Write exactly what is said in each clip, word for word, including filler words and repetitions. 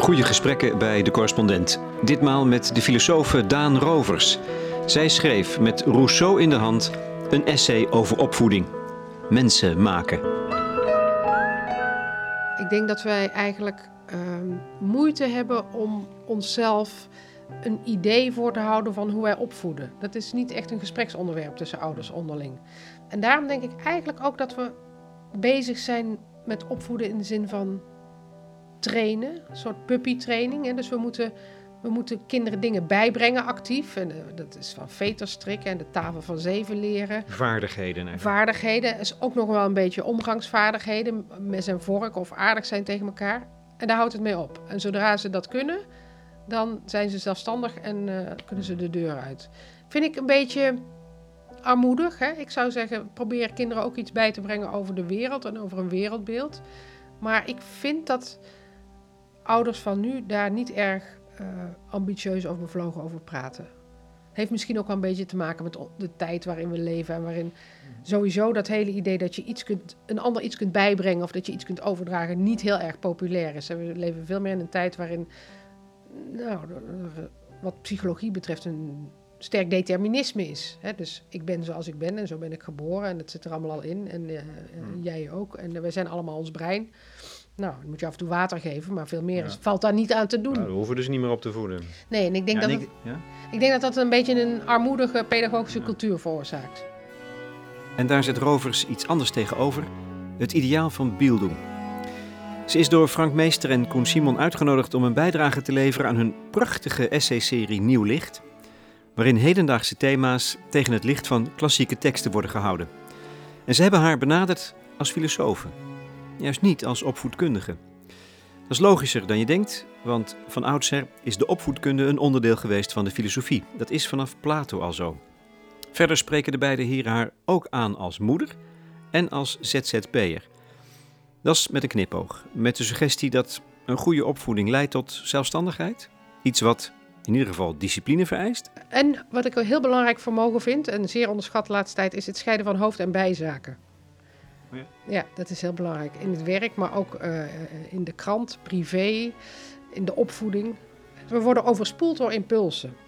Goede gesprekken bij De Correspondent. Ditmaal met de filosoof Daan Rovers. Zij schreef met Rousseau in de hand een essay over opvoeding. Mensen maken. Ik denk dat wij eigenlijk uh, moeite hebben om onszelf een idee voor te houden van hoe wij opvoeden. Dat is niet echt een gespreksonderwerp tussen ouders onderling. En daarom denk ik eigenlijk ook dat we bezig zijn met opvoeden in de zin van trainen. Een soort puppytraining. Hè? Dus we moeten, we moeten kinderen dingen bijbrengen actief. En, uh, dat is van veterstrikken en de tafel van zeven leren. Vaardigheden eigenlijk. Vaardigheden. Is ook nog wel een beetje omgangsvaardigheden. Mes en vork of aardig zijn tegen elkaar. En daar houdt het mee op. En zodra ze dat kunnen, dan zijn ze zelfstandig en uh, kunnen ze de deur uit. Vind ik een beetje armoedig. Hè? Ik zou zeggen, probeer kinderen ook iets bij te brengen over de wereld en over een wereldbeeld. Maar ik vind dat ouders van nu daar niet erg uh, ambitieus of bevlogen over praten. Heeft misschien ook wel een beetje te maken met de tijd waarin we leven en waarin sowieso dat hele idee dat je iets kunt, een ander iets kunt bijbrengen of dat je iets kunt overdragen niet heel erg populair is. En we leven veel meer in een tijd waarin, nou, wat psychologie betreft, een sterk determinisme is. Hè? Dus ik ben zoals ik ben en zo ben ik geboren en dat zit er allemaal al in. En uh, hmm. jij ook. En uh, wij zijn allemaal ons brein. Nou, dan moet je af en toe water geven, maar veel meer ja. is, valt daar niet aan te doen. Nou, we hoeven dus niet meer op te voeden. Nee, en ik denk, ja, dat, en ik, het, ja? ik denk dat dat een beetje een armoedige pedagogische ja. cultuur veroorzaakt. En daar zet Rovers iets anders tegenover. Het ideaal van Bildung. Ze is door Frank Meester en Koen Simon uitgenodigd om een bijdrage te leveren aan hun prachtige essayserie Nieuw Licht, waarin hedendaagse thema's tegen het licht van klassieke teksten worden gehouden. En ze hebben haar benaderd als filosofe. Juist niet als opvoedkundige. Dat is logischer dan je denkt, want van oudsher is de opvoedkunde een onderdeel geweest van de filosofie. Dat is vanaf Plato al zo. Verder spreken de beide heren haar ook aan als moeder en als Z Z P'er. Dat is met een knipoog, met de suggestie dat een goede opvoeding leidt tot zelfstandigheid. Iets wat in ieder geval discipline vereist. En wat ik een heel belangrijk vermogen vind, en zeer onderschat de laatste tijd, is het scheiden van hoofd- en bijzaken. Oh ja. ja, dat is heel belangrijk. In het werk, maar ook uh, in de krant, privé, in de opvoeding. We worden overspoeld door impulsen.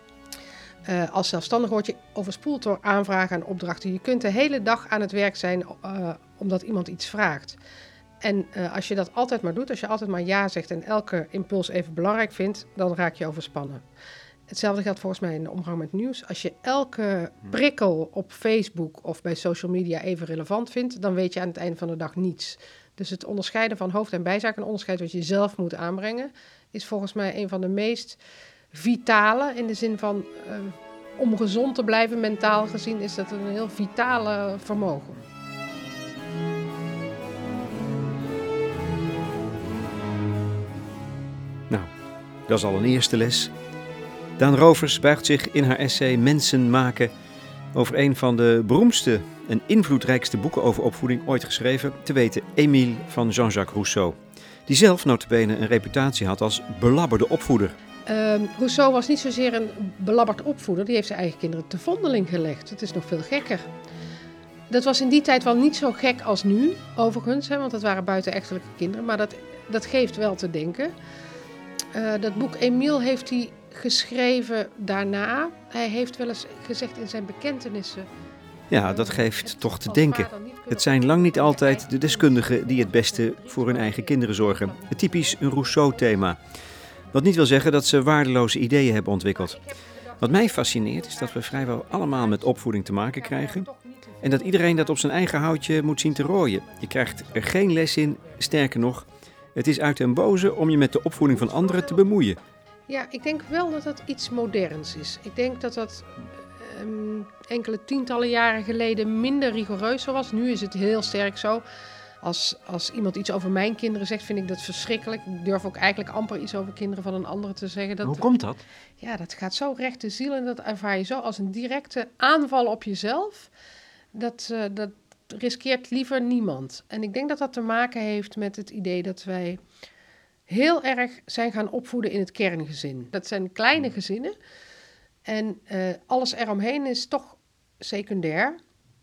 Uh, als zelfstandig word je overspoeld door aanvragen en opdrachten. Je kunt de hele dag aan het werk zijn uh, omdat iemand iets vraagt. En uh, als je dat altijd maar doet, als je altijd maar ja zegt en elke impuls even belangrijk vindt, dan raak je overspannen. Hetzelfde geldt volgens mij in de omgang met nieuws. Als je elke prikkel op Facebook of bij social media even relevant vindt, dan weet je aan het einde van de dag niets. Dus het onderscheiden van hoofd- en bijzaak, een onderscheid wat je zelf moet aanbrengen, is volgens mij een van de meest vitale, in de zin van uh, om gezond te blijven, mentaal gezien, is dat een heel vitale vermogen. Nou, dat is al een eerste les. Daan Rovers buigt zich in haar essay Mensen maken over een van de beroemdste en invloedrijkste boeken over opvoeding ooit geschreven, te weten Émile van Jean-Jacques Rousseau, die zelf nota bene een reputatie had als belabberde opvoeder. Uh, Rousseau was niet zozeer een belabberd opvoeder, die heeft zijn eigen kinderen te vondeling gelegd. Het is nog veel gekker. Dat was in die tijd wel niet zo gek als nu, overigens, hè, want dat waren buitenechtelijke kinderen, maar dat, dat geeft wel te denken. Uh, dat boek Émile heeft hij geschreven daarna. Hij heeft wel eens gezegd in zijn bekentenissen. Ja, dat geeft toch te denken. Het zijn lang niet altijd de deskundigen die het beste voor hun eigen kinderen zorgen. Het typisch een Rousseau-thema. Wat niet wil zeggen dat ze waardeloze ideeën hebben ontwikkeld. Wat mij fascineert is dat we vrijwel allemaal met opvoeding te maken krijgen. En dat iedereen dat op zijn eigen houtje moet zien te rooien. Je krijgt er geen les in, sterker nog, het is uit den boze om je met de opvoeding van anderen te bemoeien. Ja, ik denk wel dat dat iets moderns is. Ik denk dat dat um, enkele tientallen jaren geleden minder rigoureus zo was. Nu is het heel sterk zo. Als, als iemand iets over mijn kinderen zegt, vind ik dat verschrikkelijk. Ik durf ook eigenlijk amper iets over kinderen van een ander te zeggen. Dat, Hoe komt dat? Ja, dat gaat zo recht de ziel en dat ervaar je zo als een directe aanval op jezelf. Dat, uh, dat riskeert liever niemand. En ik denk dat dat te maken heeft met het idee dat wij heel erg zijn gaan opvoeden in het kerngezin. Dat zijn kleine gezinnen en uh, alles eromheen is toch secundair.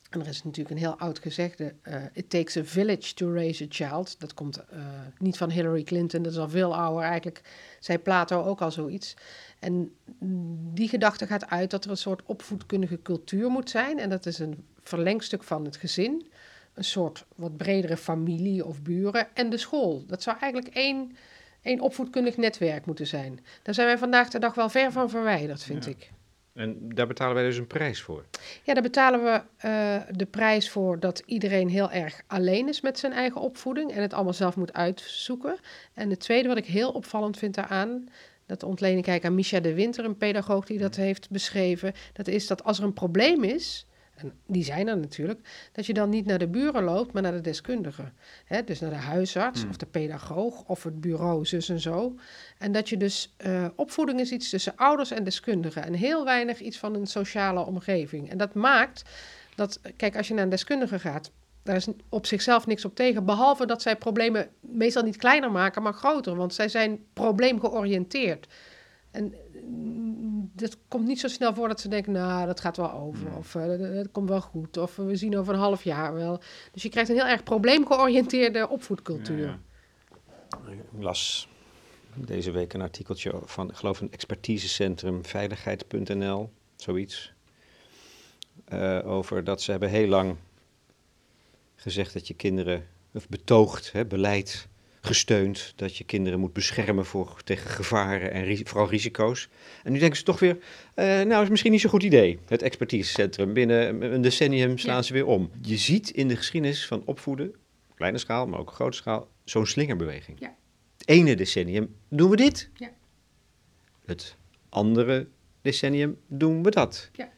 En er is natuurlijk een heel oud gezegde, uh, it takes a village to raise a child. Dat komt uh, niet van Hillary Clinton, dat is al veel ouder. Eigenlijk zei Plato ook al zoiets. En die gedachte gaat uit dat er een soort opvoedkundige cultuur moet zijn. En dat is een verlengstuk van het gezin. Een soort wat bredere familie of buren. En de school. Dat zou eigenlijk één, één opvoedkundig netwerk moeten zijn. Daar zijn wij vandaag de dag wel ver van verwijderd, vind ja. ik. En daar betalen wij dus een prijs voor? Ja, daar betalen we uh, de prijs voor dat iedereen heel erg alleen is met zijn eigen opvoeding en het allemaal zelf moet uitzoeken. En het tweede wat ik heel opvallend vind daaraan, dat ontleen ik eigenlijk aan Misha de Winter, een pedagoog die dat heeft beschreven, dat is dat als er een probleem is, en die zijn er natuurlijk, dat je dan niet naar de buren loopt, maar naar de deskundige. Hè, dus naar de huisarts mm. of de pedagoog of het bureau zus en zo. En dat je dus, uh, opvoeding is iets tussen ouders en deskundigen en heel weinig iets van een sociale omgeving. En dat maakt dat, kijk, als je naar een deskundige gaat, daar is op zichzelf niks op tegen, behalve dat zij problemen meestal niet kleiner maken, maar groter, want zij zijn probleemgeoriënteerd. En dat komt niet zo snel voor dat ze denken, nou, dat gaat wel over. Nee. Of uh, dat, dat komt wel goed. Of uh, we zien over een half jaar wel. Dus je krijgt een heel erg probleemgeoriënteerde opvoedcultuur. Ja, ja. Ik las deze week een artikeltje van, ik geloof, een expertisecentrum veiligheid punt n l, zoiets. Uh, over dat ze hebben heel lang gezegd dat je kinderen, of betoogd, hè, beleid gesteund, dat je kinderen moet beschermen voor, tegen gevaren en ri- vooral risico's. En nu denken ze toch weer, uh, nou, is misschien niet zo'n goed idee, het expertisecentrum. Binnen een decennium slaan ja. ze weer om. Je ziet in de geschiedenis van opvoeden, kleine schaal, maar ook grote schaal, zo'n slingerbeweging. Ja. Het ene decennium doen we dit. Ja. Het andere decennium doen we dat. Ja.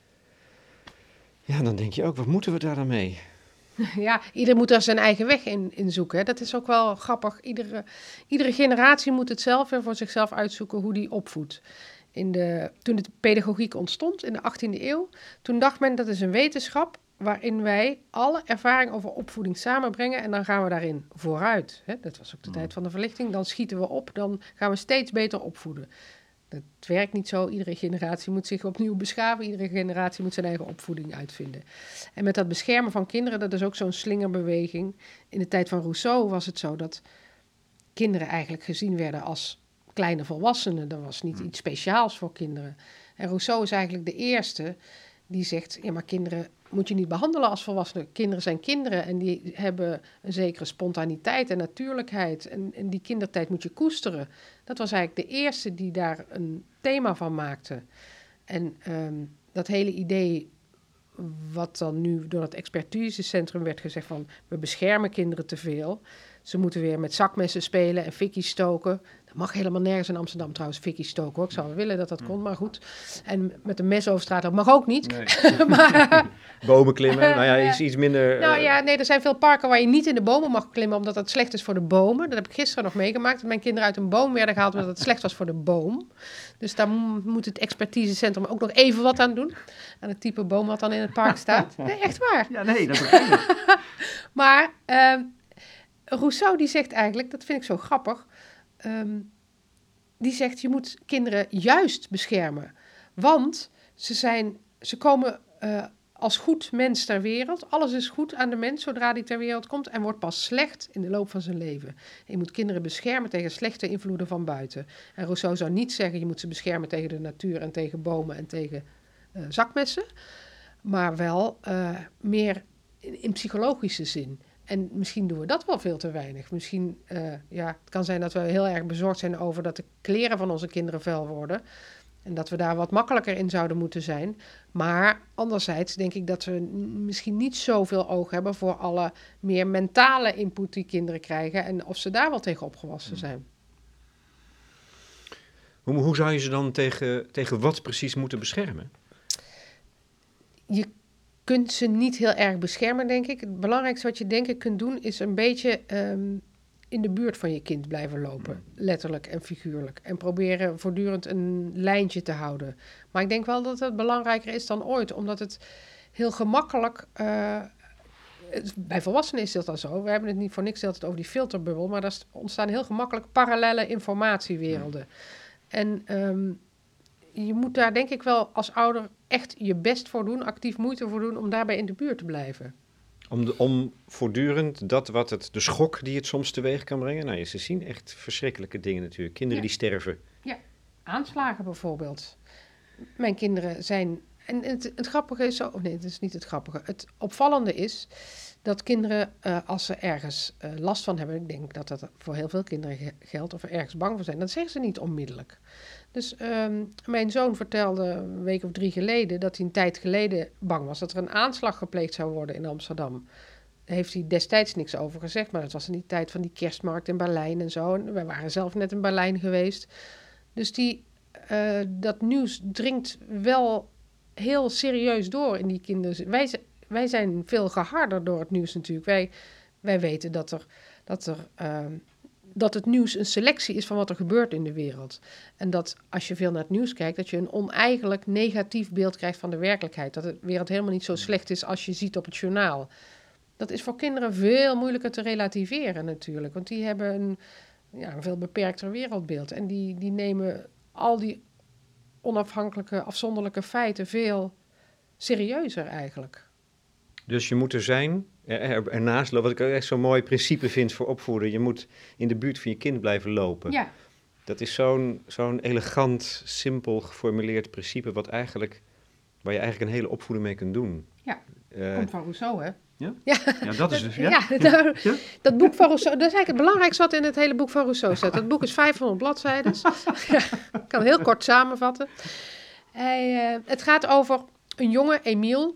Ja, dan denk je ook, wat moeten we daar dan mee? Ja, ieder moet daar zijn eigen weg in, in zoeken. Hè. Dat is ook wel grappig. Iedere, iedere generatie moet het zelf weer voor zichzelf uitzoeken hoe die opvoedt. In de, toen de pedagogiek ontstond in de achttiende eeuw, toen dacht men dat is een wetenschap waarin wij alle ervaring over opvoeding samenbrengen en dan gaan we daarin vooruit. Hè. Dat was ook de mm. tijd van de verlichting. Dan schieten we op, dan gaan we steeds beter opvoeden. Dat werkt niet zo. Iedere generatie moet zich opnieuw beschaven. Iedere generatie moet zijn eigen opvoeding uitvinden. En met dat beschermen van kinderen, dat is ook zo'n slingerbeweging. In de tijd van Rousseau was het zo dat kinderen eigenlijk gezien werden als kleine volwassenen. Dat was niet iets speciaals voor kinderen. En Rousseau is eigenlijk de eerste die zegt, ja, maar kinderen moet je niet behandelen als volwassenen. Kinderen zijn kinderen en die hebben een zekere spontaniteit en natuurlijkheid. En, en die kindertijd moet je koesteren. Dat was eigenlijk de eerste die daar een thema van maakte. En um, dat hele idee, wat dan nu door het expertisecentrum werd gezegd van, we beschermen kinderen te veel. Ze moeten weer met zakmessen spelen en fikkies stoken. Dat mag helemaal nergens in Amsterdam trouwens, fikkies stoken hoor. Ik zou wel willen dat dat kon, maar goed. En met een mes over straat, dat mag ook niet. Nee. maar, bomen klimmen, nou ja, is iets minder... Nou uh... ja, nee, er zijn veel parken waar je niet in de bomen mag klimmen, omdat dat slecht is voor de bomen. Dat heb ik gisteren nog meegemaakt, dat mijn kinderen uit een boom werden gehaald, omdat het slecht was voor de boom. Dus daar moet het expertisecentrum ook nog even wat aan doen. Aan het type boom wat dan in het park staat. Nee, echt waar. Ja, nee, dat begrijp ik. maar... Uh, Rousseau die zegt eigenlijk, dat vind ik zo grappig, um, die zegt je moet kinderen juist beschermen. Want ze, zijn, ze komen uh, als goed mens ter wereld. Alles is goed aan de mens zodra die ter wereld komt en wordt pas slecht in de loop van zijn leven. En je moet kinderen beschermen tegen slechte invloeden van buiten. En Rousseau zou niet zeggen je moet ze beschermen tegen de natuur en tegen bomen en tegen uh, zakmessen. Maar wel uh, meer in, in psychologische zin. En misschien doen we dat wel veel te weinig. Misschien, uh, ja, het kan zijn dat we heel erg bezorgd zijn over dat de kleren van onze kinderen vuil worden. En dat we daar wat makkelijker in zouden moeten zijn. Maar anderzijds denk ik dat we n- misschien niet zoveel oog hebben voor alle meer mentale input die kinderen krijgen. En of ze daar wel tegen opgewassen zijn. Hoe, hoe zou je ze dan tegen, tegen wat precies moeten beschermen? Je kunt ze niet heel erg beschermen, denk ik. Het belangrijkste wat je denk ik kunt doen is een beetje um, in de buurt van je kind blijven lopen. Letterlijk en figuurlijk. En proberen voortdurend een lijntje te houden. Maar ik denk wel dat het belangrijker is dan ooit. Omdat het heel gemakkelijk... Uh, het, bij volwassenen is dat dan zo. We hebben het niet voor niks altijd over die filterbubbel. Maar er ontstaan heel gemakkelijk parallele informatiewerelden. En... Um, je moet daar denk ik wel als ouder echt je best voor doen, actief moeite voor doen om daarbij in de buurt te blijven. Om, de, om voortdurend dat wat het, de schok die het soms teweeg kan brengen. Nou, ze zien echt verschrikkelijke dingen natuurlijk. Kinderen Ja. die sterven. Ja, aanslagen bijvoorbeeld. Mijn kinderen zijn... En het, het grappige is zo... Oh nee, het is niet het grappige. Het opvallende is dat kinderen, uh, als ze ergens uh, last van hebben... Ik denk dat dat voor heel veel kinderen ge- geldt... of er ergens bang voor zijn, dat zeggen ze niet onmiddellijk. Dus um, mijn zoon vertelde een week of drie geleden... dat hij een tijd geleden bang was... dat er een aanslag gepleegd zou worden in Amsterdam. Daar heeft hij destijds niks over gezegd... maar dat was in die tijd van die kerstmarkt in Berlijn en zo. En wij waren zelf net in Berlijn geweest... Dus die, uh, dat nieuws dringt wel heel serieus door in die kinderen. Wij, wij zijn veel geharder door het nieuws natuurlijk. Wij, wij weten dat, er, dat, er, uh, dat het nieuws een selectie is van wat er gebeurt in de wereld. En dat als je veel naar het nieuws kijkt, dat je een oneigenlijk negatief beeld krijgt van de werkelijkheid. Dat de wereld helemaal niet zo slecht is als je ziet op het journaal. Dat is voor kinderen veel moeilijker te relativeren natuurlijk. Want die hebben een... Ja, een veel beperkter wereldbeeld. En die, die nemen al die onafhankelijke, afzonderlijke feiten veel serieuzer eigenlijk. Dus je moet er zijn, er, ernaast lopen. Wat ik echt zo'n mooi principe vind voor opvoeden. Je moet in de buurt van je kind blijven lopen. Ja. Dat is zo'n, zo'n elegant, simpel geformuleerd principe... Wat eigenlijk, waar je eigenlijk een hele opvoeding mee kunt doen. Ja, uh, komt van Rousseau, hè? Ja? Ja, ja dat is dus... Ja, ja, ja. Nou, ja? Dat boek van Rousseau, dat is eigenlijk het belangrijkste wat in het hele boek van Rousseau staat. Dat boek is vijfhonderd bladzijden. Ja, ik kan heel kort samenvatten. Hij, uh, het gaat over een jongen, Emiel.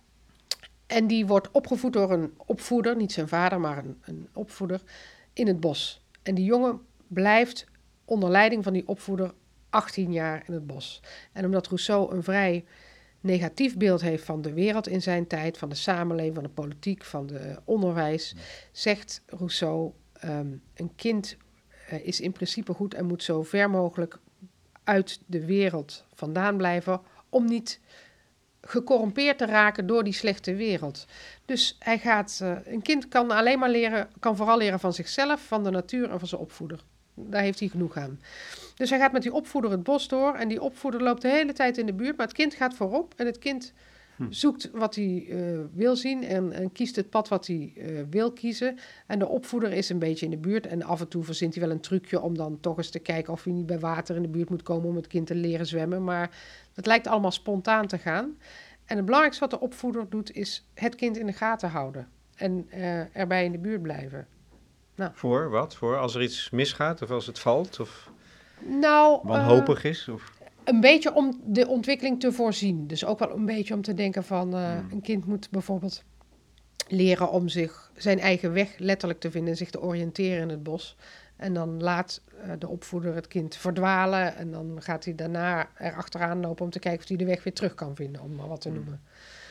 En die wordt opgevoed door een opvoeder, niet zijn vader, maar een, een opvoeder, in het bos. En die jongen blijft onder leiding van die opvoeder achttien jaar in het bos. En omdat Rousseau een vrij... negatief beeld heeft van de wereld in zijn tijd, van de samenleving, van de politiek, van de onderwijs, zegt Rousseau, um, een kind uh, is in principe goed en moet zo ver mogelijk uit de wereld vandaan blijven, om niet gecorrumpeerd te raken door die slechte wereld. Dus hij gaat, uh, een kind kan alleen maar leren, kan vooral leren van zichzelf, van de natuur en van zijn opvoeder. Daar heeft hij genoeg aan. Dus hij gaat met die opvoeder het bos door. En die opvoeder loopt de hele tijd in de buurt. Maar het kind gaat voorop. En het kind hm. zoekt wat hij uh, wil zien. En, en kiest het pad wat hij uh, wil kiezen. En de opvoeder is een beetje in de buurt. En af en toe verzint hij wel een trucje om dan toch eens te kijken of hij niet bij water in de buurt moet komen om het kind te leren zwemmen. Maar het lijkt allemaal spontaan te gaan. En het belangrijkste wat de opvoeder doet is het kind in de gaten houden. En uh, erbij in de buurt blijven. Nou. Voor wat? Voor als er iets misgaat of als het valt? Of nou, wanhopig uh, is? Of? Een beetje om de ontwikkeling te voorzien. Dus ook wel een beetje om te denken van... Uh, hmm. een kind moet bijvoorbeeld leren om zich zijn eigen weg letterlijk te vinden... en zich te oriënteren in het bos. En dan laat uh, de opvoeder het kind verdwalen... en dan gaat hij daarna erachteraan lopen om te kijken of hij de weg weer terug kan vinden... om maar wat te hmm. noemen.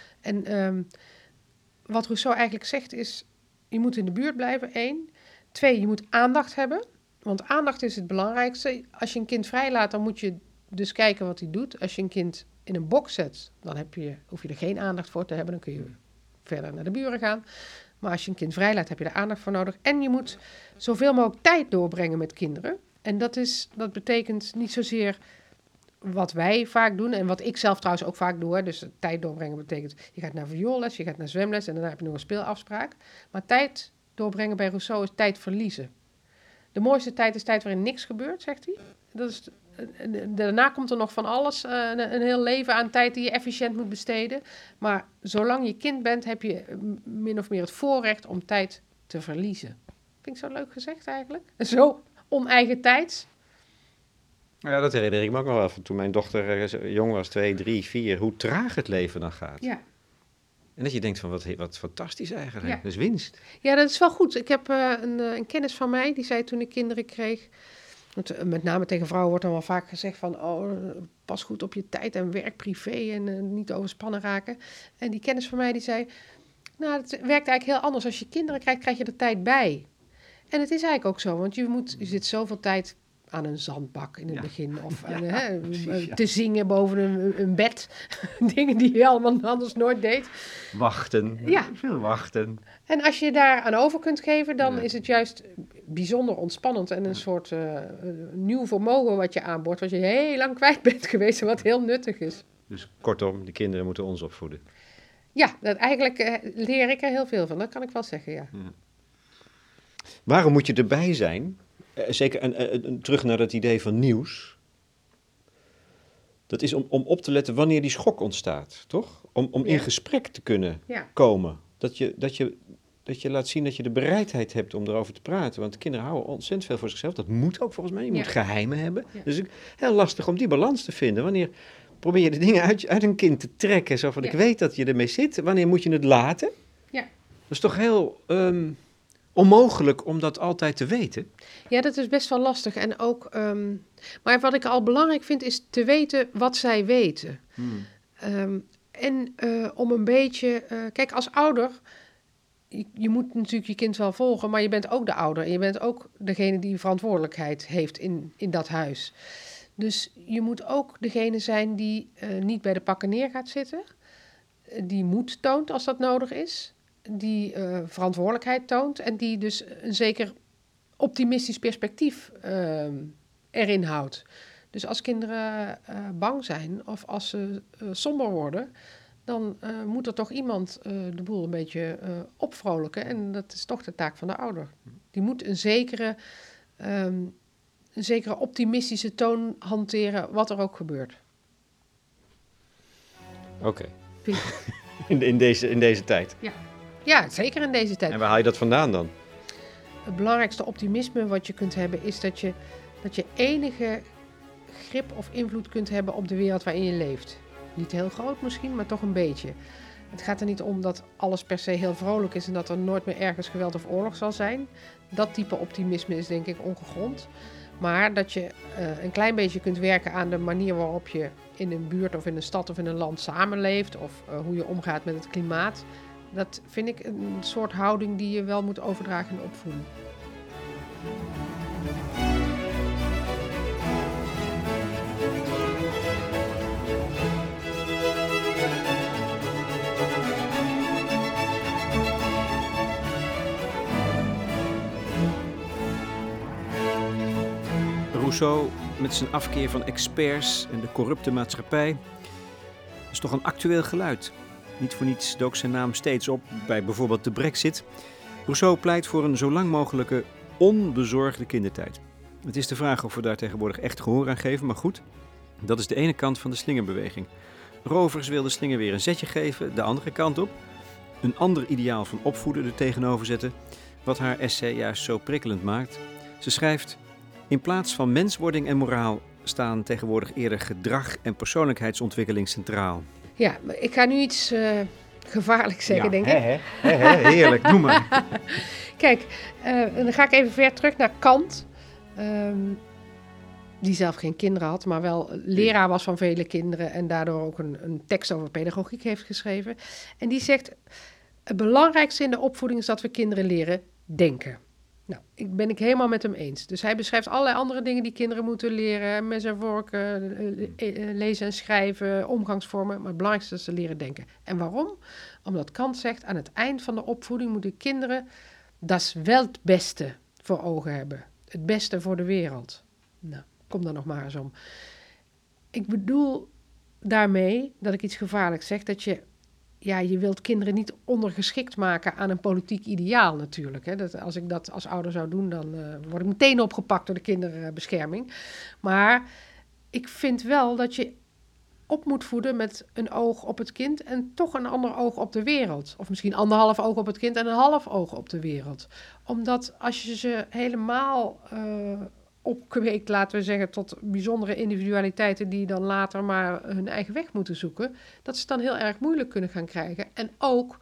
En um, wat Rousseau eigenlijk zegt is... je moet in de buurt blijven, één... Twee, je moet aandacht hebben, want aandacht is het belangrijkste. Als je een kind vrijlaat, dan moet je dus kijken wat hij doet. Als je een kind in een box zet, dan heb je, hoef je er geen aandacht voor te hebben. Dan kun je verder naar de buren gaan. Maar als je een kind vrijlaat, heb je er aandacht voor nodig. En je moet zoveel mogelijk tijd doorbrengen met kinderen. En dat, is, dat betekent niet zozeer wat wij vaak doen... en wat ik zelf trouwens ook vaak doe. Hè. Dus tijd doorbrengen betekent, je gaat naar vioolles, je gaat naar zwemles... en daarna heb je nog een speelafspraak. Maar tijd... doorbrengen bij Rousseau is tijd verliezen. De mooiste tijd is tijd waarin niks gebeurt, zegt hij. Dat is, daarna komt er nog van alles, een, een heel leven aan tijd die je efficiënt moet besteden. Maar zolang je kind bent, heb je min of meer het voorrecht om tijd te verliezen. Vind ik zo leuk gezegd eigenlijk. Zo oneigentijds. Ja, dat herinner ik me ook nog wel van toen mijn dochter jong was, twee, drie, vier. Hoe traag het leven dan gaat. Ja. En dat je denkt van, wat, wat fantastisch eigenlijk. Ja. Dat is winst. Ja, dat is wel goed. Ik heb uh, een, een kennis van mij, die zei toen ik kinderen kreeg... Want, uh, met name tegen vrouwen wordt dan wel vaak gezegd van... oh, pas goed op je tijd en werk privé en uh, niet overspannen raken. En die kennis van mij die zei... nou, het werkt eigenlijk heel anders. Als je kinderen krijgt, krijg je er tijd bij. En het is eigenlijk ook zo, want je, moet, je zit zoveel tijd... aan een zandbak in het ja. begin. Of ja, aan, hè, precies, ja. te zingen boven een, een bed. Dingen die je allemaal anders nooit deed. Wachten. Ja. Veel wachten. En als je daar aan over kunt geven, dan ja. is het juist bijzonder ontspannend en een soort uh, nieuw vermogen wat je aanboort, wat je heel lang kwijt bent geweest en wat heel nuttig is. Dus kortom, de kinderen moeten ons opvoeden. Ja, dat eigenlijk uh, leer ik er heel veel van, dat kan ik wel zeggen, ja. ja. Waarom moet je erbij zijn? Uh, zeker en, uh, uh, terug naar dat idee van nieuws. Dat is om, om op te letten wanneer die schok ontstaat, toch? Om, om ja. in gesprek te kunnen ja. komen. Dat je, dat, je, dat je laat zien dat je de bereidheid hebt om erover te praten. Want kinderen houden ontzettend veel voor zichzelf. Dat moet ook volgens mij. Je ja. moet geheimen hebben. Ja. Dus het is heel lastig om die balans te vinden. Wanneer probeer je de dingen uit, uit een kind te trekken? Zo van, ja. ik weet dat je ermee zit. Wanneer moet je het laten? Ja. Dat is toch heel um, onmogelijk om dat altijd te weten? Ja, dat is best wel lastig. En ook, um, maar wat ik al belangrijk vind, is te weten wat zij weten. Hmm. Um, en uh, om een beetje... Uh, kijk, als ouder... Je, je moet natuurlijk je kind wel volgen, maar je bent ook de ouder. En je bent ook degene die verantwoordelijkheid heeft in, in dat huis. Dus je moet ook degene zijn die uh, niet bij de pakken neer gaat zitten. Die moed toont als dat nodig is. Die uh, verantwoordelijkheid toont. En die dus een zeker optimistisch perspectief uh, erin houdt. Dus als kinderen uh, bang zijn of als ze uh, somber worden... dan uh, moet er toch iemand uh, de boel een beetje uh, opvrolijken. En dat is toch de taak van de ouder. Die moet een zekere, um, een zekere optimistische toon hanteren, wat er ook gebeurt. Oké. Okay. in, in, deze, in deze tijd? Ja. ja, zeker in deze tijd. En waar haal je dat vandaan dan? Het belangrijkste optimisme wat je kunt hebben is dat je, dat je enige grip of invloed kunt hebben op de wereld waarin je leeft. Niet heel groot misschien, maar toch een beetje. Het gaat er niet om dat alles per se heel vrolijk is en dat er nooit meer ergens geweld of oorlog zal zijn. Dat type optimisme is denk ik ongegrond. Maar dat je uh, een klein beetje kunt werken aan de manier waarop je in een buurt of in een stad of in een land samenleeft. Of uh, hoe je omgaat met het klimaat. Dat vind ik een soort houding die je wel moet overdragen en opvoeden. Rousseau met zijn afkeer van experts en de corrupte maatschappij. Dat is toch een actueel geluid. Niet voor niets dook zijn naam steeds op bij bijvoorbeeld de Brexit. Rousseau pleit voor een zo lang mogelijke onbezorgde kindertijd. Het is de vraag of we daar tegenwoordig echt gehoor aan geven, maar goed. Dat is de ene kant van de slingerbeweging. Rovers wil de slinger weer een zetje geven, de andere kant op. Een ander ideaal van opvoeden er tegenover zetten, wat haar essay juist zo prikkelend maakt. Ze schrijft: in plaats van menswording en moraal staan tegenwoordig eerder gedrag en persoonlijkheidsontwikkeling centraal. Ja, ik ga nu iets uh, gevaarlijks zeggen, ja, denk he, ik. He, he, he, heerlijk, doe maar. Kijk, uh, dan ga ik even ver terug naar Kant. Um, die zelf geen kinderen had, maar wel leraar was van vele kinderen en daardoor ook een, een tekst over pedagogiek heeft geschreven. En die zegt, het belangrijkste in de opvoeding is dat we kinderen leren denken. Nou, ik ben ik helemaal met hem eens. Dus hij beschrijft allerlei andere dingen die kinderen moeten leren. Mes en vork, uh, lezen en schrijven, omgangsvormen. Maar het belangrijkste is ze leren denken. En waarom? Omdat Kant zegt, aan het eind van de opvoeding moeten kinderen das Weltbeste voor ogen hebben. Het beste voor de wereld. Nou, kom daar nog maar eens om. Ik bedoel daarmee dat ik iets gevaarlijks zeg, dat je... Ja, je wilt kinderen niet ondergeschikt maken aan een politiek ideaal natuurlijk. Hè. Dat, als ik dat als ouder zou doen, dan uh, word ik meteen opgepakt door de kinderbescherming. Maar ik vind wel dat je op moet voeden met een oog op het kind en toch een ander oog op de wereld. Of misschien anderhalf oog op het kind en een half oog op de wereld. Omdat als je ze helemaal... Uh, opgeweekt, laten we zeggen, tot bijzondere individualiteiten die dan later maar hun eigen weg moeten zoeken, dat ze het dan heel erg moeilijk kunnen gaan krijgen. En ook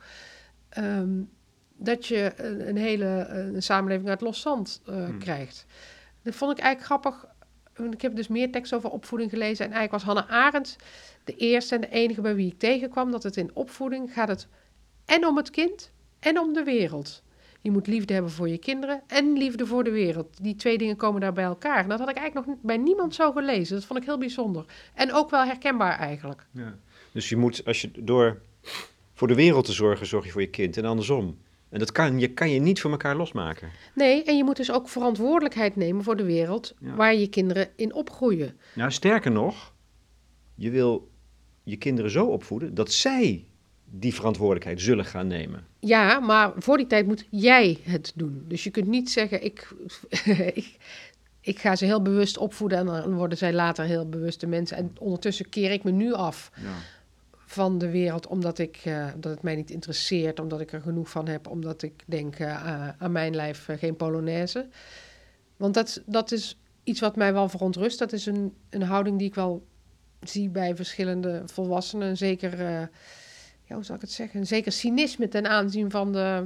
um, dat je een, een hele een samenleving uit los zand uh, hmm. krijgt. Dat vond ik eigenlijk grappig. Ik heb dus meer tekst over opvoeding gelezen en eigenlijk was Hannah Arendt de eerste en de enige bij wie ik tegenkwam dat het in opvoeding gaat het en om het kind en om de wereld. Je moet liefde hebben voor je kinderen en liefde voor de wereld. Die twee dingen komen daar bij elkaar. En dat had ik eigenlijk nog bij niemand zo gelezen. Dat vond ik heel bijzonder. En ook wel herkenbaar eigenlijk. Ja. Dus je moet, als je door voor de wereld te zorgen, zorg je voor je kind en andersom. En dat kan je, kan je niet van elkaar losmaken. Nee, en je moet dus ook verantwoordelijkheid nemen voor de wereld Ja. waar je kinderen in opgroeien. Nou, sterker nog, je wil je kinderen zo opvoeden dat zij die verantwoordelijkheid zullen gaan nemen. Ja, maar voor die tijd moet jij het doen. Dus je kunt niet zeggen, ik, ik, ik ga ze heel bewust opvoeden en dan worden zij later heel bewuste mensen. En ondertussen keer ik me nu af Ja. van de wereld omdat, ik, uh, omdat het mij niet interesseert, omdat ik er genoeg van heb, omdat ik denk uh, aan mijn lijf uh, geen Polonaise. Want dat, dat is iets wat mij wel verontrust. Dat is een, een houding die ik wel zie bij verschillende volwassenen. Zeker, uh, ja, hoe zal ik het zeggen, een zeker cynisme ten aanzien van de,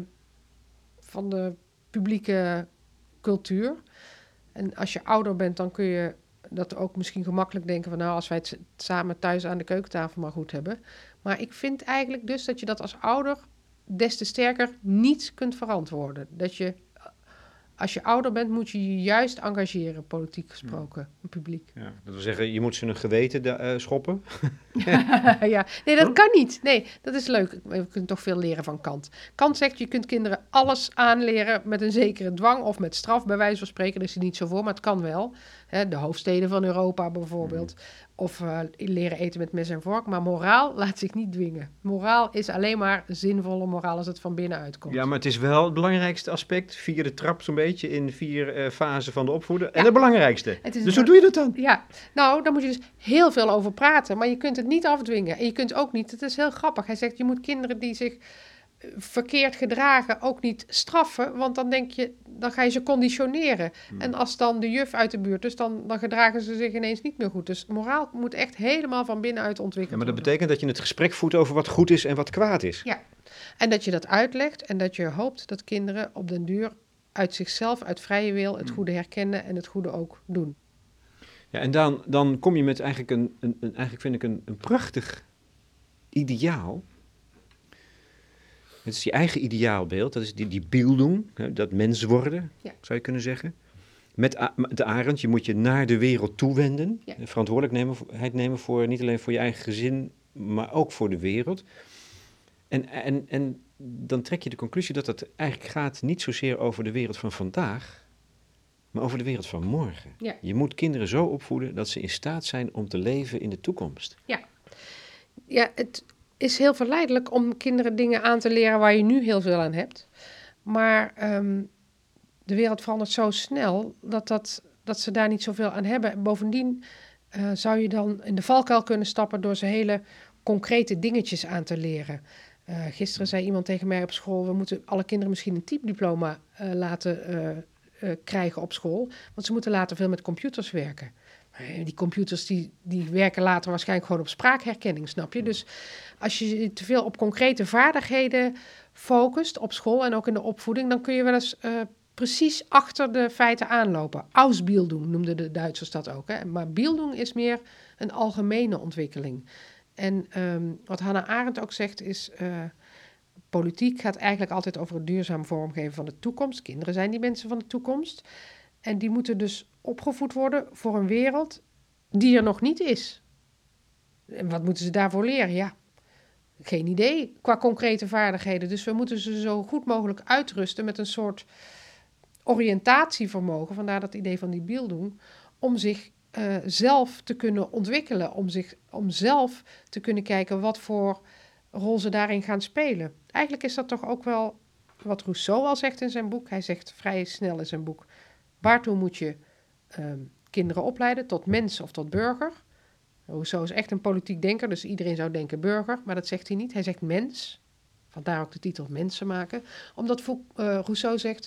van de publieke cultuur. En als je ouder bent, dan kun je dat ook misschien gemakkelijk denken van nou, als wij het samen thuis aan de keukentafel maar goed hebben. Maar ik vind eigenlijk dus dat je dat als ouder des te sterker niet kunt verantwoorden. Dat je, als je ouder bent, moet je je juist engageren, politiek gesproken, ja. Publiek. Ja, dat wil zeggen, je moet ze een geweten de, uh, schoppen. Ja, nee, dat kan niet. Nee, dat is leuk. We kunnen toch veel leren van Kant. Kant zegt, je kunt kinderen alles aanleren met een zekere dwang of met straf, bij wijze van spreken. Daar is hij niet zo voor, maar het kan wel. Hè, de hoofdsteden van Europa bijvoorbeeld. Mm. Of uh, leren eten met mes en vork. Maar moraal laat zich niet dwingen. Moraal is alleen maar zinvolle moraal als het van binnenuit komt. Ja, maar het is wel het belangrijkste aspect. Vierde trap zo'n beetje in vier uh, fasen van de opvoeden. Ja. En het belangrijkste. Het dus hoe doe je dat dan? Ja, nou, daar moet je dus heel veel over praten. Maar je kunt het niet afdwingen. En je kunt ook niet, het is heel grappig. Hij zegt, je moet kinderen die zich verkeerd gedragen ook niet straffen. Want dan denk je, dan ga je ze conditioneren. Hmm. En als dan de juf uit de buurt is, dan, dan gedragen ze zich ineens niet meer goed. Dus moraal moet echt helemaal van binnenuit ontwikkeld ja, maar dat worden. betekent dat je het gesprek voert over wat goed is en wat kwaad is. Ja, en dat je dat uitlegt en dat je hoopt dat kinderen op den duur uit zichzelf, uit vrije wil, het goede herkennen en het goede ook doen. Ja, en dan, dan kom je met eigenlijk een, een, een eigenlijk vind ik een, een prachtig ideaal. Het is je eigen ideaalbeeld, dat is die, die Bildung, dat mens worden, ja. Zou je kunnen zeggen. Met a, de arend, je moet je naar de wereld toewenden. Ja. Verantwoordelijkheid nemen voor, niet alleen voor je eigen gezin, maar ook voor de wereld. En, en, en dan trek je de conclusie dat het eigenlijk gaat niet zozeer over de wereld van vandaag, maar over de wereld van morgen. Ja. Je moet kinderen zo opvoeden dat ze in staat zijn om te leven in de toekomst. Ja, ja het is heel verleidelijk om kinderen dingen aan te leren waar je nu heel veel aan hebt. Maar um, de wereld verandert zo snel dat, dat, dat ze daar niet zoveel aan hebben. Bovendien uh, zou je dan in de valkuil kunnen stappen door ze hele concrete dingetjes aan te leren. Uh, gisteren zei iemand tegen mij op school, we moeten alle kinderen misschien een typediploma uh, laten uh, uh, krijgen op school. Want ze moeten later veel met computers werken. Maar die computers die, die werken later waarschijnlijk gewoon op spraakherkenning, snap je? Dus als je je te veel op concrete vaardigheden focust op school en ook in de opvoeding, dan kun je wel eens uh, precies achter de feiten aanlopen. Ausbildung noemden de Duitsers dat ook. Hè? Maar Bildung is meer een algemene ontwikkeling. En um, wat Hannah Arendt ook zegt is, uh, politiek gaat eigenlijk altijd over het duurzaam vormgeven van de toekomst. Kinderen zijn die mensen van de toekomst. En die moeten dus opgevoed worden voor een wereld die er nog niet is. En wat moeten ze daarvoor leren? Ja, geen idee qua concrete vaardigheden. Dus we moeten ze zo goed mogelijk uitrusten met een soort oriëntatievermogen, vandaar dat idee van die Bildung, om zich uh, zelf te kunnen ontwikkelen, om, zich, om zelf te kunnen kijken wat voor rol ze daarin gaan spelen. Eigenlijk is dat toch ook wel wat Rousseau al zegt in zijn boek. Hij zegt vrij snel in zijn boek, waartoe moet je um, kinderen opleiden, tot mens of tot burger? Rousseau is echt een politiek denker, dus iedereen zou denken burger, maar dat zegt hij niet. Hij zegt mens, vandaar ook de titel Mensen maken, omdat uh, Rousseau zegt,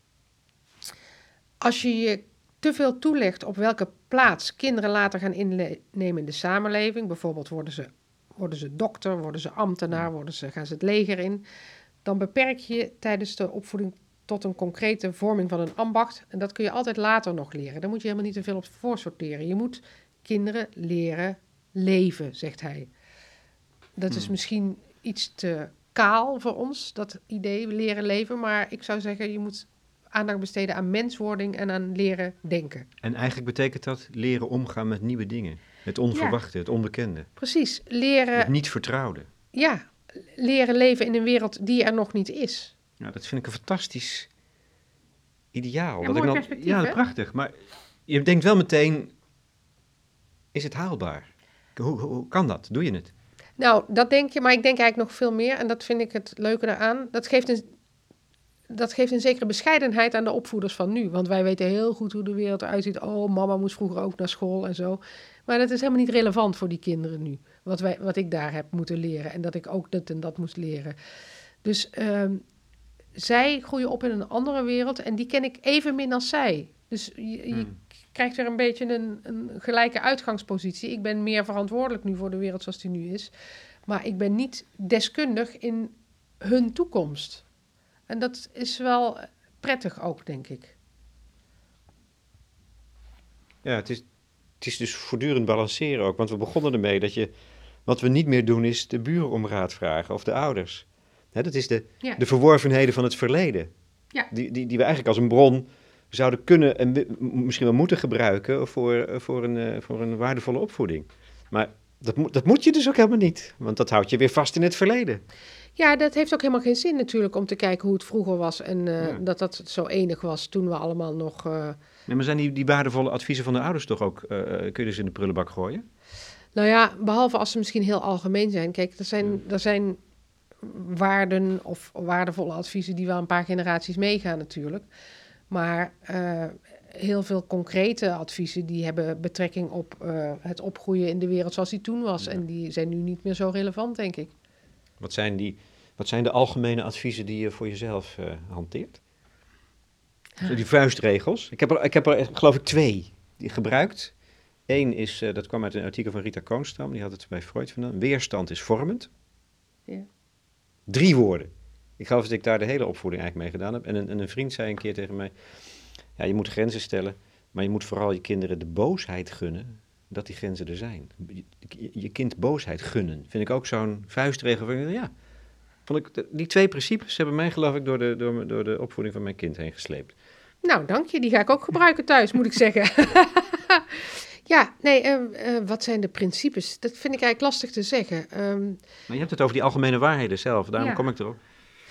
als je je te veel toelegt op welke plaats kinderen later gaan innemen in de samenleving, bijvoorbeeld worden ze, worden ze dokter, worden ze ambtenaar, worden ze, gaan ze het leger in, dan beperk je tijdens de opvoeding tot een concrete vorming van een ambacht. En dat kun je altijd later nog leren. Daar moet je helemaal niet te veel op voorsorteren. Je moet kinderen leren leven, zegt hij. Dat is misschien iets te kaal voor ons, dat idee leren leven. Maar ik zou zeggen, je moet aandacht besteden aan menswording en aan leren denken. En eigenlijk betekent dat leren omgaan met nieuwe dingen. Het onverwachte, ja. Het onbekende. Precies. Leren, het niet vertrouwde. Ja, leren leven in een wereld die er nog niet is. Nou, dat vind ik een fantastisch ideaal. Een dat mooi ik perspectief, Ja, hè? prachtig. Maar je denkt wel meteen, is het haalbaar? Hoe, hoe, hoe kan dat? Doe je het? Nou, dat denk je, maar ik denk eigenlijk nog veel meer. En dat vind ik het leuke eraan. Dat geeft een, dat geeft een zekere bescheidenheid aan de opvoeders van nu. Want wij weten heel goed hoe de wereld eruit ziet. Oh, mama moest vroeger ook naar school en zo. Maar dat is helemaal niet relevant voor die kinderen nu. Wat, wij, wat ik daar heb moeten leren. En dat ik ook dit en dat moest leren. Dus ehm, zij groeien op in een andere wereld. En die ken ik evenmin als zij. Dus je, je Hmm. krijgt er een beetje een, een gelijke uitgangspositie. Ik ben meer verantwoordelijk nu voor de wereld zoals die nu is. Maar ik ben niet deskundig in hun toekomst. En dat is wel prettig ook, denk ik. Ja, het is, het is dus voortdurend balanceren ook. Want we begonnen ermee dat je... Wat we niet meer doen is de buren om raad vragen of de ouders. Hè, dat is de, Ja. de verworvenheden van het verleden. Ja. Die, die, die we eigenlijk als een bron zouden kunnen en we- m- misschien wel moeten gebruiken voor, voor, een, eh, voor een waardevolle opvoeding. Maar dat, moet- dat moet je dus ook helemaal niet. Want dat houdt je weer vast in het verleden. Ja, dat heeft ook helemaal geen zin natuurlijk om te kijken hoe het vroeger was. En eh, Ja. dat dat zo enig was toen we allemaal nog... eh, Nee, maar zijn die, die waardevolle adviezen van de ouders toch ook... eh, eh, kun je dus in de prullenbak gooien? Nou ja, behalve als ze misschien heel algemeen zijn. Kijk, er zijn, er zijn waarden of waardevolle adviezen die wel een paar generaties meegaan natuurlijk. Maar eh, heel veel concrete adviezen die hebben betrekking op eh, het opgroeien in de wereld zoals die toen was. Ja. En die zijn nu niet meer zo relevant, denk ik. Wat zijn, die, wat zijn de algemene adviezen die je voor jezelf eh, hanteert? Zo die vuistregels. Ik heb er, ik heb er geloof ik twee die gebruikt. Eén is, eh, dat kwam uit een artikel van Rita Koonstam, die had het bij Freud vandaan. Weerstand is vormend. Ja. Drie woorden. Ik geloof dat ik daar de hele opvoeding eigenlijk mee gedaan heb. En een, en een vriend zei een keer tegen mij, ja, je moet grenzen stellen, maar je moet vooral je kinderen de boosheid gunnen dat die grenzen er zijn. Je, je kind boosheid gunnen. Vind ik ook zo'n vuistregel. Van, ja, vond ik, die twee principes hebben mij geloof ik door de, door, door de opvoeding van mijn kind heen gesleept. Nou, dank je. Die ga ik ook gebruiken thuis, moet ik zeggen. Ja, nee, eh, eh, wat zijn de principes? Dat vind ik eigenlijk lastig te zeggen. Ehm, Maar je hebt het over die algemene waarheden zelf, daarom Ja. kom ik erop.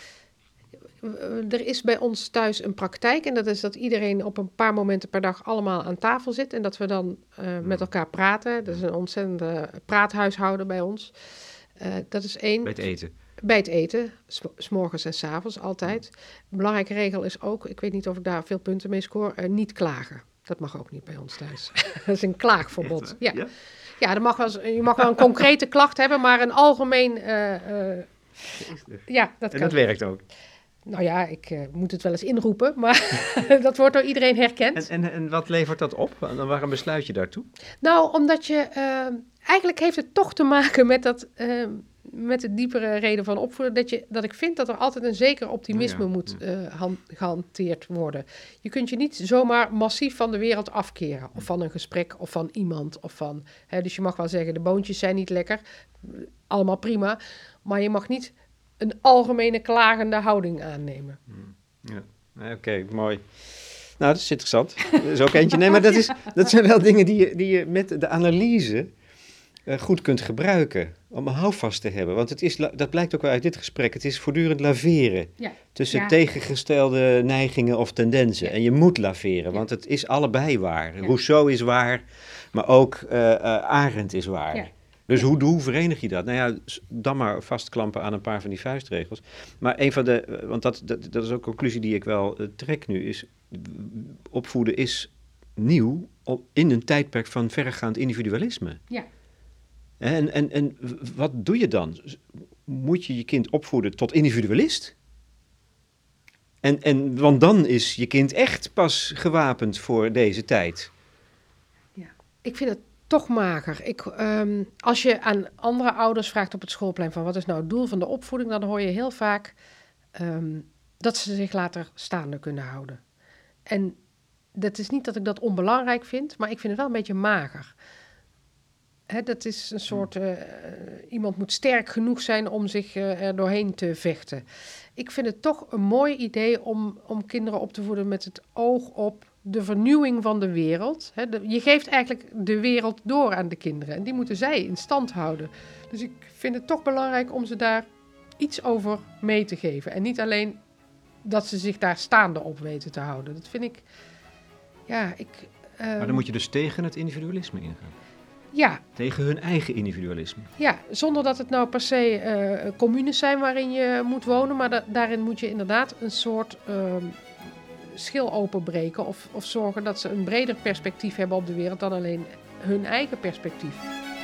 Uh, Er is bij ons thuis een praktijk en dat is dat iedereen op een paar momenten per dag allemaal aan tafel zit en dat we dan uh, met elkaar praten. Dat is een ontzettende praathuishouden bij ons. Uh, dat is één. Bij het eten. Bij het eten, s 's morgens en 's avonds altijd. Een belangrijke regel is ook, ik weet niet of ik daar veel punten mee scoor, uh, niet klagen. Dat mag ook niet bij ons thuis. Dat is een klaagverbod. Ja, Ja? ja er mag wel, eens- je mag wel een concrete klacht hebben, maar een algemeen... uh, uh, ja, dat En kan. dat werkt ook. Nou ja, ik uh, moet het wel eens inroepen, maar dat wordt door iedereen herkend. En, en, en wat levert dat op? En waarom besluit je daartoe? Nou, omdat je... Uh, eigenlijk heeft het toch te maken met, dat, uh, met de diepere reden van opvoeden... Dat, je, dat ik vind dat er altijd een zeker optimisme Ja, moet ja. uh, han, gehanteerd worden. Je kunt je niet zomaar massief van de wereld afkeren. Of van een gesprek, of van iemand. Of van, hè, dus je mag wel zeggen, de boontjes zijn niet lekker. Allemaal prima. Maar je mag niet een algemene klagende houding aannemen. Ja, oké, okay, mooi. Nou, dat is interessant. Dat is ook eentje. Nee, maar dat, is, dat zijn wel dingen die je, die je met de analyse uh, goed kunt gebruiken. Om een houvast te hebben. Want het is, dat blijkt ook wel uit dit gesprek. Het is voortdurend laveren. Ja. Tussen Ja. tegengestelde neigingen of tendensen. Ja. En je moet laveren, Ja. want het is allebei waar. Ja. Rousseau is waar, maar ook uh, uh, Arendt is waar. Ja. Dus hoe, hoe verenig je dat? Nou ja, dan maar vastklampen aan een paar van die vuistregels. Maar een van de, want dat, dat, dat is ook een conclusie die ik wel uh, trek nu, is opvoeden is nieuw op, in een tijdperk van verregaand individualisme. Ja. En, en, en wat doe je dan? Moet je je kind opvoeden tot individualist? En, en, want dan is je kind echt pas gewapend voor deze tijd. Ja. Ik vind het toch mager. Ik, um, als je aan andere ouders vraagt op het schoolplein van wat is nou het doel van de opvoeding, dan hoor je heel vaak um, dat ze zich later staande kunnen houden. En dat is niet dat ik dat onbelangrijk vind, maar ik vind het wel een beetje mager. Hè, dat is een soort, uh, iemand moet sterk genoeg zijn om zich uh, er doorheen te vechten. Ik vind het toch een mooi idee om, om kinderen op te voeden met het oog op de vernieuwing van de wereld. Hè, de, je geeft eigenlijk de wereld door aan de kinderen en die moeten zij in stand houden. Dus ik vind het toch belangrijk om ze daar iets over mee te geven. En niet alleen dat ze zich daar staande op weten te houden. Dat vind ik, ja, ik... Uh, maar dan moet je dus tegen het individualisme ingaan. Ja. Tegen hun eigen individualisme. Ja, zonder dat het nou per se uh, communes zijn waarin je moet wonen, maar da- daarin moet je inderdaad een soort uh, schil openbreken of, of zorgen dat ze een breder perspectief hebben op de wereld dan alleen hun eigen perspectief.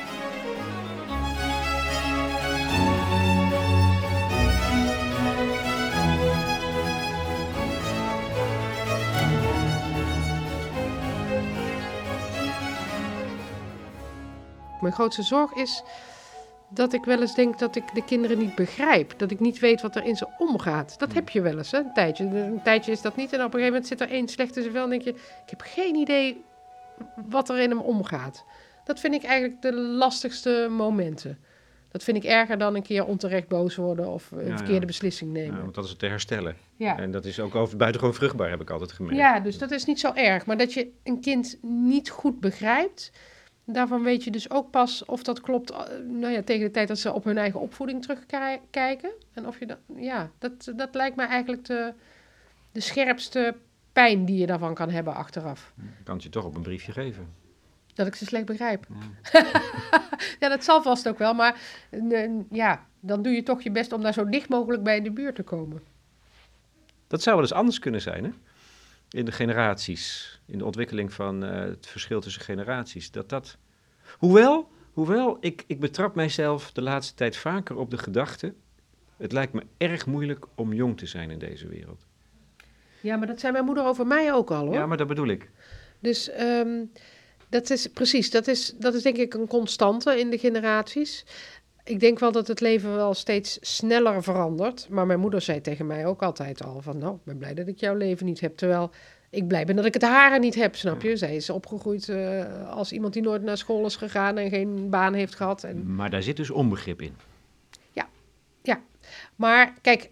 Mijn grootste zorg is dat ik wel eens denk dat ik de kinderen niet begrijp. Dat ik niet weet wat er in ze omgaat. Dat heb je wel eens, hè? Een tijdje. Een tijdje is dat niet. En op een gegeven moment zit er één slecht in zijn vel en denk je, ik heb geen idee wat er in hem omgaat. Dat vind ik eigenlijk de lastigste momenten. Dat vind ik erger dan een keer onterecht boos worden of een ja, verkeerde ja. beslissing nemen. Ja, want dat is het te herstellen. Ja. En dat is ook over buitengewoon vruchtbaar, heb ik altijd gemerkt. Ja, dus dat is niet zo erg. Maar dat je een kind niet goed begrijpt, daarvan weet je dus ook pas of dat klopt, nou ja, tegen de tijd dat ze op hun eigen opvoeding terugkijken. En of je dat, ja, dat, dat lijkt me eigenlijk de, de scherpste pijn die je daarvan kan hebben achteraf. Ik kan het je toch op een briefje geven. Dat ik ze slecht begrijp. Ja, ja dat zal vast ook wel, maar uh, ja, dan doe je toch je best om daar zo dicht mogelijk bij in de buurt te komen. Dat zou wel eens anders kunnen zijn, hè? In de generaties, in de ontwikkeling van uh, het verschil tussen generaties. Dat dat... Hoewel, hoewel ik, ik betrap mijzelf de laatste tijd vaker op de gedachte, het lijkt me erg moeilijk om jong te zijn in deze wereld. Ja, maar dat zei mijn moeder over mij ook al, hoor. Ja, maar dat bedoel ik. Dus um, dat is precies, dat is, dat is denk ik een constante in de generaties. Ik denk wel dat het leven wel steeds sneller verandert. Maar mijn moeder zei tegen mij ook altijd al van, nou, ik ben blij dat ik jouw leven niet heb. Terwijl ik blij ben dat ik het hare niet heb, snap je? Ja. Zij is opgegroeid uh, als iemand die nooit naar school is gegaan en geen baan heeft gehad. En... Maar daar zit dus onbegrip in. Ja, ja. Maar kijk,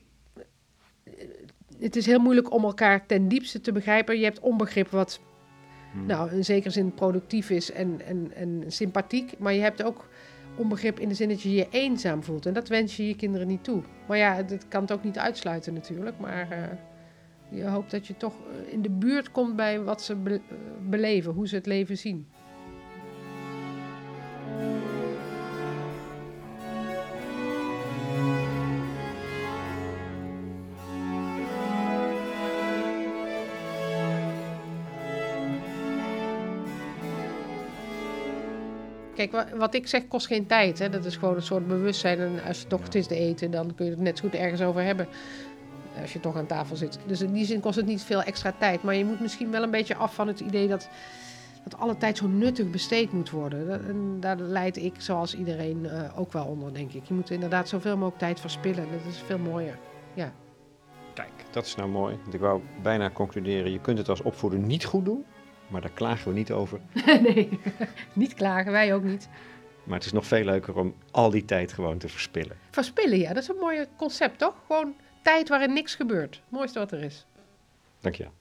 het is heel moeilijk om elkaar ten diepste te begrijpen. Je hebt onbegrip wat, hmm. nou, in zekere zin productief is en, en, en sympathiek. Maar je hebt ook onbegrip in de zin dat je je eenzaam voelt. En dat wens je je kinderen niet toe. Maar ja, dat kan het ook niet uitsluiten natuurlijk. Maar uh, je hoopt dat je toch in de buurt komt bij wat ze be- beleven. Hoe ze het leven zien. Kijk, wat ik zeg kost geen tijd. Hè? Dat is gewoon een soort bewustzijn. En als je toch het is te eten, dan kun je het net zo goed ergens over hebben. Als je toch aan tafel zit. Dus in die zin kost het niet veel extra tijd. Maar je moet misschien wel een beetje af van het idee dat, dat alle tijd zo nuttig besteed moet worden. En daar leid ik, zoals iedereen, uh, ook wel onder, denk ik. Je moet inderdaad zoveel mogelijk tijd verspillen. Dat is veel mooier. Ja. Kijk, dat is nou mooi. Want ik wou bijna concluderen, je kunt het als opvoeder niet goed doen. Maar daar klagen we niet over. Nee, niet klagen, wij ook niet. Maar het is nog veel leuker om al die tijd gewoon te verspillen. Verspillen, ja. Dat is een mooi concept, toch? Gewoon tijd waarin niks gebeurt. Het mooiste wat er is. Dank je.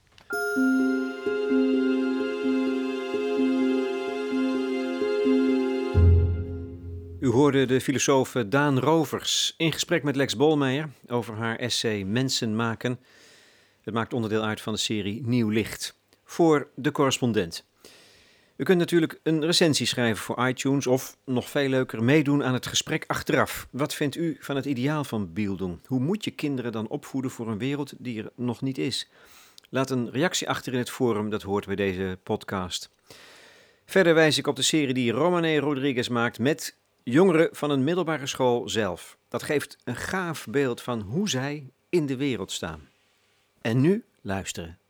U hoorde de filosoof Daan Rovers in gesprek met Lex Bolmeijer over haar essay Mensen maken. Het maakt onderdeel uit van de serie Nieuw Licht. Voor de correspondent. U kunt natuurlijk een recensie schrijven voor iTunes of, nog veel leuker, meedoen aan het gesprek achteraf. Wat vindt u van het ideaal van Bildung? Hoe moet je kinderen dan opvoeden voor een wereld die er nog niet is? Laat een reactie achter in het forum, dat hoort bij deze podcast. Verder wijs ik op de serie die Romane Rodriguez maakt met jongeren van een middelbare school zelf. Dat geeft een gaaf beeld van hoe zij in de wereld staan. En nu luisteren.